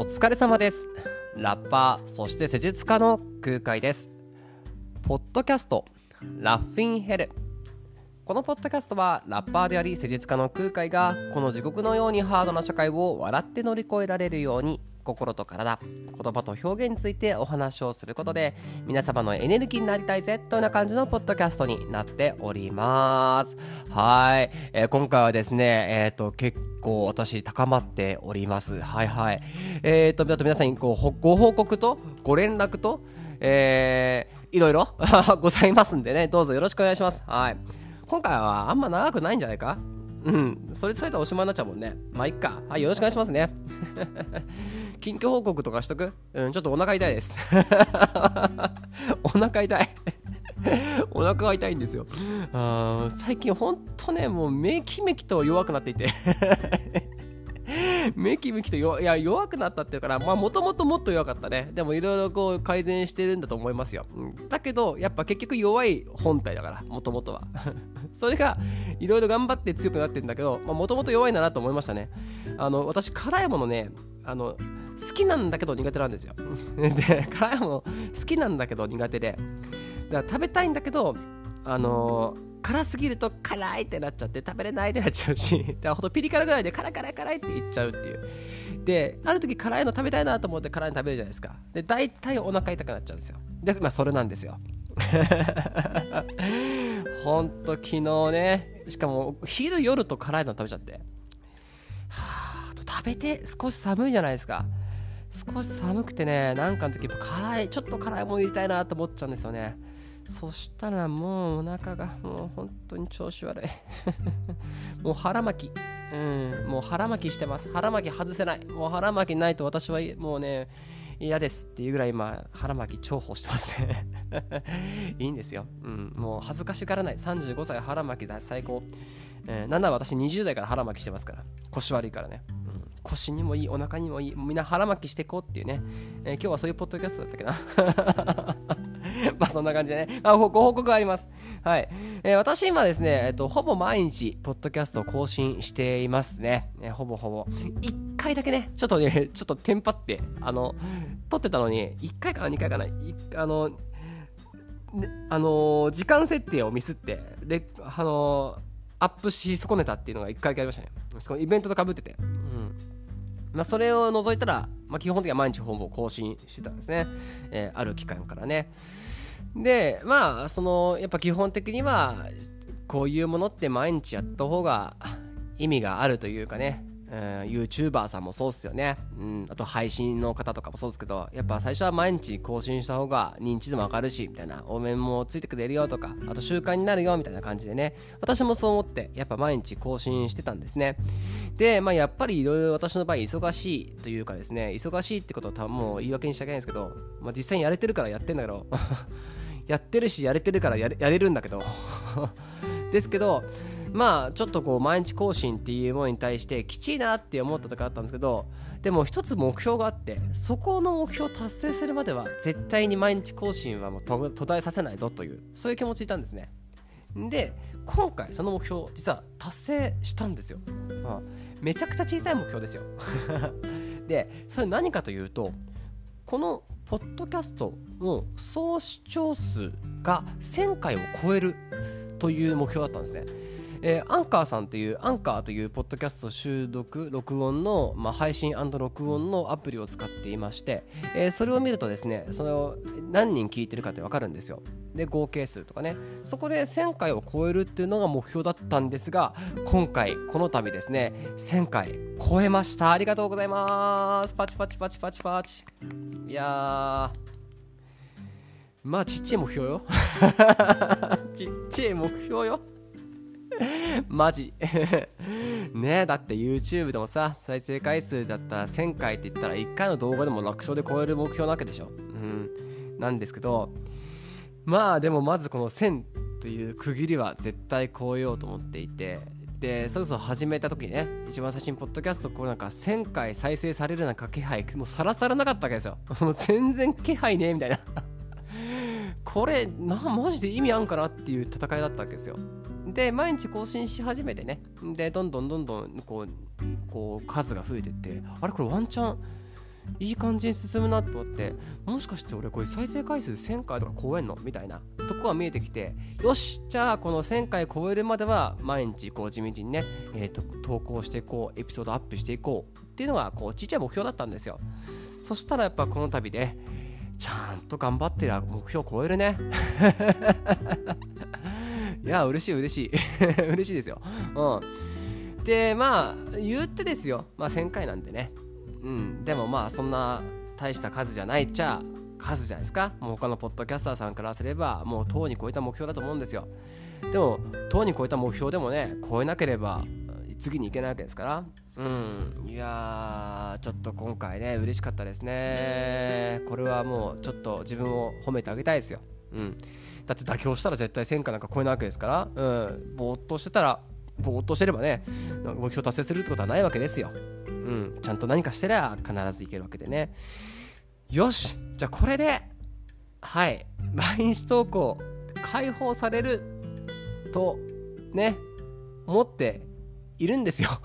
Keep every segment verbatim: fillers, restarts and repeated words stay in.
疲れ様です。ラッパー、そして施術家の空海です。ポッドキャストラッフィンヘル。このポッドキャストはラッパーであり施術家の空海がこの地獄のようにハードな社会を笑って乗り越えられるように、心と体、言葉と表現についてお話をすることで皆様のエネルギーになりたいぜというような感じのポッドキャストになっております。はい、えー、今回はですね、えーと結構私高まっております。はいはい。えーと皆さんにこうご報告とご連絡と、えー、いろいろございますんでね、どうぞよろしくお願いします。はい。今回はあんま長くないんじゃないか。うん、それ伝えたらおしまいになっちゃうもんね。まあいっか。はい、よろしくお願いしますね。近況報告とかしとく？うん、ちょっとお腹痛いです。お腹痛い。お腹が痛いんですよ。あ、最近ほんとね、もうめきめきと弱くなっていて。めきめきとよいや弱くなったっていうからまあもともともっと弱かったね。でもいろいろこう改善してるんだと思いますよ、うん、だけどやっぱ結局弱い本体だからもともとはそれがいろいろ頑張って強くなってるんだけどもともと弱いんだなと思いましたね。あの私辛いものねあの好きなんだけど苦手なんですよで辛いもの好きなんだけど苦手でだから食べたいんだけどあのー辛すぎると辛いってなっちゃって食べれないってなっちゃうし、だからほんとピリ辛ぐらいで辛い辛い辛いって言っちゃうっていう。である時辛いの食べたいなと思って辛いの食べるじゃないですか。で大体お腹痛くなっちゃうんですよ。でまあそれなんですよ。ほんと昨日ね、しかも昼夜と辛いの食べちゃって、はぁ食べて少し寒いじゃないですか。少し寒くてね、なんかの時やっぱ辛いちょっと辛いもの入れたいなと思っちゃうんですよね。そしたらもうお腹がもう本当に調子悪いもう腹巻き、うん、もう腹巻きしてます。腹巻き外せない。もう腹巻きないと私はもうね嫌ですっていうぐらい今腹巻き重宝してますねいいんですよ、うん、もう恥ずかしがらない。さんじゅうごさい腹巻きだ最高、えー、なんなら私にじゅう代から腹巻きしてますから。腰悪いからね、うん、腰にもいいお腹にもいい、みんな腹巻きしていこうっていうね、えー、今日はそういうポッドキャストだったっけなまあそんな感じでね、あご報告があります。はい、えー、私今ですね、えっとほぼ毎日ポッドキャストを更新していますね。えー、ほぼほぼいっかいだけね、ちょっとね、ちょっとテンパってあの撮ってたのにいっかいかなにかいかな、あの、ね、あのー、時間設定をミスってレあのー、アップし損ねたっていうのがいっかいありましたね。しかもイベントと被ってて、うん。まあ、それを除いたら、まあ、基本的には毎日ほぼ更新してたんですね、えー、ある期間からね。でまあそのやっぱ基本的にはこういうものって毎日やった方が意味があるというかね、うん、YouTuber さんもそうっすよね、うん、あと配信の方とかもそうですけど、やっぱ最初は毎日更新した方が認知度も上がるしみたいな、応援もついてくれるよとか、あと習慣になるよみたいな感じでね、私もそう思ってやっぱ毎日更新してたんですね。でまあやっぱりいろいろ私の場合忙しいというかですね、忙しいってことはもう言い訳にしちゃいけないんですけど、まあ、実際にやれてるからやってんだけどやってるしやれてるからや れ, やれるんだけどですけどまあちょっとこう毎日更新っていうものに対してきちいなって思ったとかあったんですけど、でも一つ目標があって、そこの目標を達成するまでは絶対に毎日更新はもう途絶えさせないぞという、そういう気持ちでいたんですね。で今回その目標実は達成したんですよ、まあ、めちゃくちゃ小さい目標ですよでそれ何かというと、このポッドキャストの総視聴数がせんかいを超えるという目標だったんですね。えー、アンカーさんというアンカーというポッドキャスト収録録音の、まあ、配信&録音のアプリを使っていまして、えー、それを見るとですね、それを何人聞いてるかって分かるんですよ。で合計数とかね、そこでせんかいを超えるっていうのが目標だったんですが、今回この度ですねせんかい超えました。ありがとうございます。パチパチパチパチパチ。いやーまあちっちゃい目標よちっちゃい目標よマジねえ、だって YouTube でもさ再生回数だったらせんかいって言ったらいっかいの動画でも楽勝で超える目標なわけでしょ、うん、なんですけど、まあでもまずこのせんという区切りは絶対超えようと思っていて、でそれこそ始めた時にね、一番最初にポッドキャストこうなんかせんかい再生されるような気配もうさらさらなかったわけですよもう全然気配ねえみたいなこれなマジで意味あんかなっていう戦いだったわけですよ。で毎日更新し始めてね、でどんどんどんどんこうこう数が増えてって、あれこれワンチャンいい感じに進むなと思って、もしかして俺これ再生回数せんかいとか超えんのみたいなとこが見えてきて、よしじゃあこのせんかい超えるまでは毎日こう地道にね、えーと投稿していこう、エピソードアップしていこうっていうのがこうちっちゃい目標だったんですよ。そしたらやっぱこの度でちゃんと頑張ってりゃ目標超えるねいや嬉しい嬉しい嬉しいですよ。うん、でまあ言ってですよ、まあせんかいなんでね、うん、でもまあそんな大した数じゃないっちゃ数じゃないですか。もう他のポッドキャスターさんからすればもうとうに超えた目標だと思うんですよ。でもとうに超えた目標でもね、超えなければ次に行けないわけですから、うん、いやーちょっと今回ね嬉しかったですね。これはもうちょっと自分を褒めてあげたいですよ。うん、だって妥協したら絶対せんかいなんか超えないわけですから、うん、ぼーっとしてたらぼーっとしてればね目標達成するってことはないわけですよ。うん、ちゃんと何かしてりゃ必ずいけるわけでね。よしじゃあこれではい毎日投稿解放されるとね思っているんですよ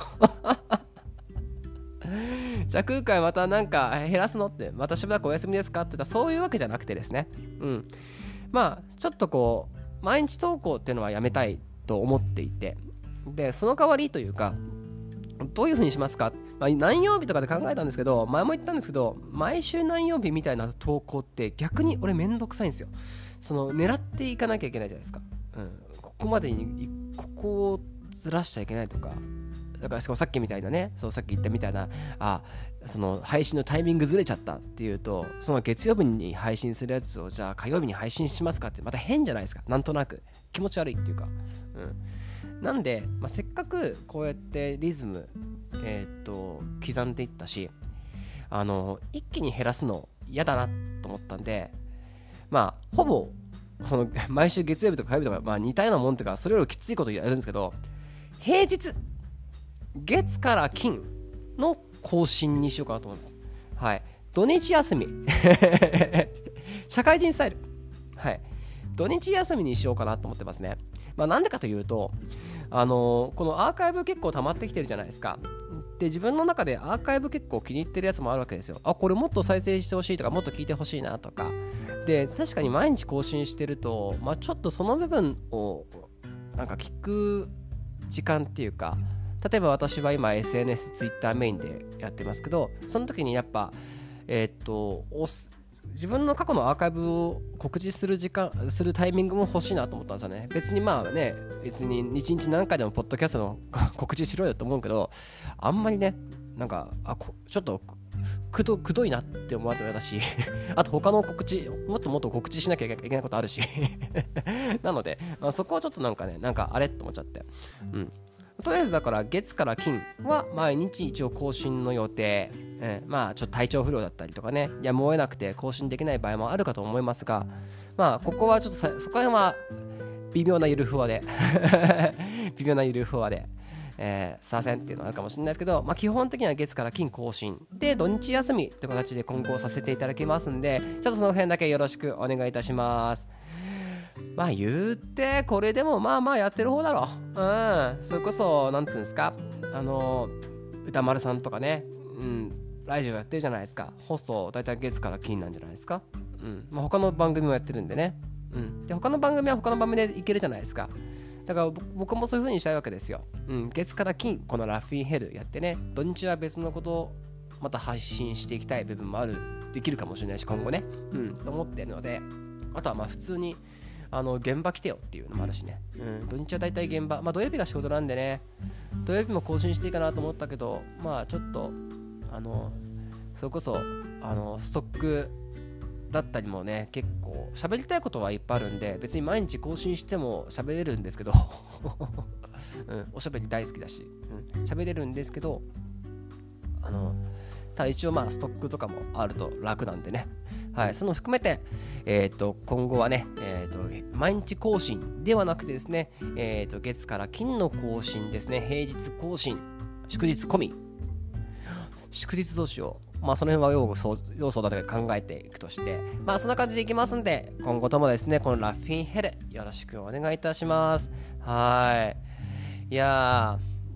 じゃあ空海またなんか減らすのって、またしばらくお休みですかって言ったらそういうわけじゃなくてですね、うん、まあちょっとこう毎日投稿っていうのはやめたいと思っていて、でその代わりというかどういう風にしますか、まあ、何曜日とかで考えたんですけど、前も言ったんですけど毎週何曜日みたいな投稿って逆に俺めんどくさいんですよ。その狙っていかなきゃいけないじゃないですか、うん、ここまでにここをずらしちゃいけないとか、だからさっきみたいなね、そうさっき言ったみたいな、あその配信のタイミングずれちゃったっていうと、その月曜日に配信するやつをじゃあ火曜日に配信しますかってまた変じゃないですか。なんとなく気持ち悪いっていうか、うん、なんで、まあ、せっかくこうやってリズムえー、っと刻んでいったし、あの一気に減らすの嫌だなと思ったんで、まあほぼその毎週月曜日とか火曜日とか、まあ、似たようなもんっていうかそれよりきついことやるんですけど、平日月から金の更新にしようかなと思います。はい、土日休み社会人スタイル、はい、土日休みにしようかなと思ってますね。まあなんでかというと、あのー、このアーカイブ結構溜まってきてるじゃないですか。で自分の中でアーカイブ結構気に入ってるやつもあるわけですよ。あこれもっと再生してほしいとかもっと聞いてほしいなとかで、確かに毎日更新してると、まあ、ちょっとその部分をなんか聞く時間っていうか、例えば私は今 エスエヌエス、Twitter メインでやってますけど、その時にやっぱえー、っと自分の過去のアーカイブを告知する時間するタイミングも欲しいなと思ったんですよね。別にまあね、別にいちにち何回でもポッドキャストの告知しろよと思うけど、あんまりねなんかあちょっとくどくどいなって思われても嫌だしあと他の告知もっともっと告知しなきゃいけないことあるしなので、まあ、そこはちょっとなんかねなんかあれって思っちゃって、うんとりあえずだから月から金は毎日一応更新の予定、えー、まあちょっと体調不良だったりとかね、やむを得なくて更新できない場合もあるかと思いますが、まあここはちょっとさそこら辺は微妙なゆるふわで微妙なゆるふわで、えー、させんっていうのはあるかもしれないですけど、まあ基本的には月から金更新で土日休みって形で今後させていただきますんで、ちょっとその辺だけよろしくお願いいたします。まあ言ってこれでもまあまあやってる方だろう。うん、それこそなんつうんですか、あの歌丸さんとかね、うん、ラジオやってるじゃないですか。ホストだいたい月から金なんじゃないですか。うん、まあ他の番組もやってるんでね。うん、で他の番組は他の番組でいけるじゃないですか。だから僕もそういう風にしたいわけですよ。うん、月から金このラフィーヘルやってね、土日は別のことをまた配信していきたい部分もあるできるかもしれないし今後ね、うんと思ってるので、あとはまあ普通にあの現場来てよっていうのもあるしね、うん、土日はだいたい現場、まあ土曜日が仕事なんでね、土曜日も更新していいかなと思ったけど、まあちょっとあのそれこそあのストックだったりもね結構喋りたいことはいっぱいあるんで、別に毎日更新しても喋れるんですけど、うん、おしゃべり大好きだし、うん、喋れるんですけど、あのただ一応まあストックとかもあると楽なんでね、はい、その含めて、えー、と今後はね、えー、と毎日更新ではなくてですね、えー、と月から金の更新ですね、平日更新、祝日込み、祝日どうしよう、まあその辺は要素要素だけ考えていくとして、まあそんな感じでいきますんで、今後ともですねこのラフィンヘルよろしくお願いいたします。はい、いやー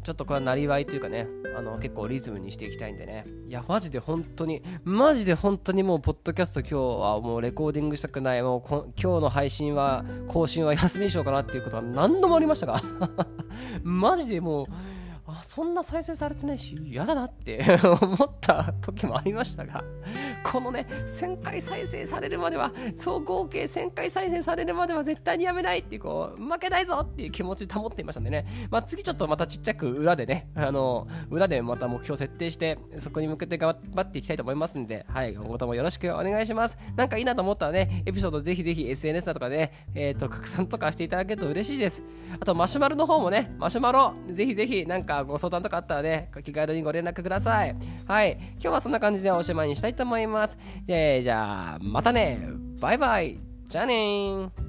ちょっとこれはなりわいというかね、あの結構リズムにしていきたいんでね。いやマジで本当にマジで本当にもうポッドキャスト今日はもうレコーディングしたくない、もうこ今日の配信は更新は休みにしようかなっていうことは何度もありましたがマジでもうあそんな再生されてないし嫌だなって思った時もありましたが、このねせんかい再生されるまでは、総合計せんかい再生されるまでは絶対にやめないっていう、こう負けないぞっていう気持ち保っていましたんでね、まあ、次ちょっとまたちっちゃく裏でね、あの裏でまた目標設定してそこに向けて頑張っていきたいと思いますんで、はい、今後ともよろしくお願いします。なんかいいなと思ったらね、エピソードぜひぜひ エスエヌエス だとかね、えーと拡散とかしていただけると嬉しいです。あとマシュマロの方もね、マシュマロぜひぜひなんかご相談とかあったらね、気軽にご連絡ください。はい、今日はそんな感じでおしまいにしたいと思います。えー、じゃあまたね、バイバイ、じゃあねー。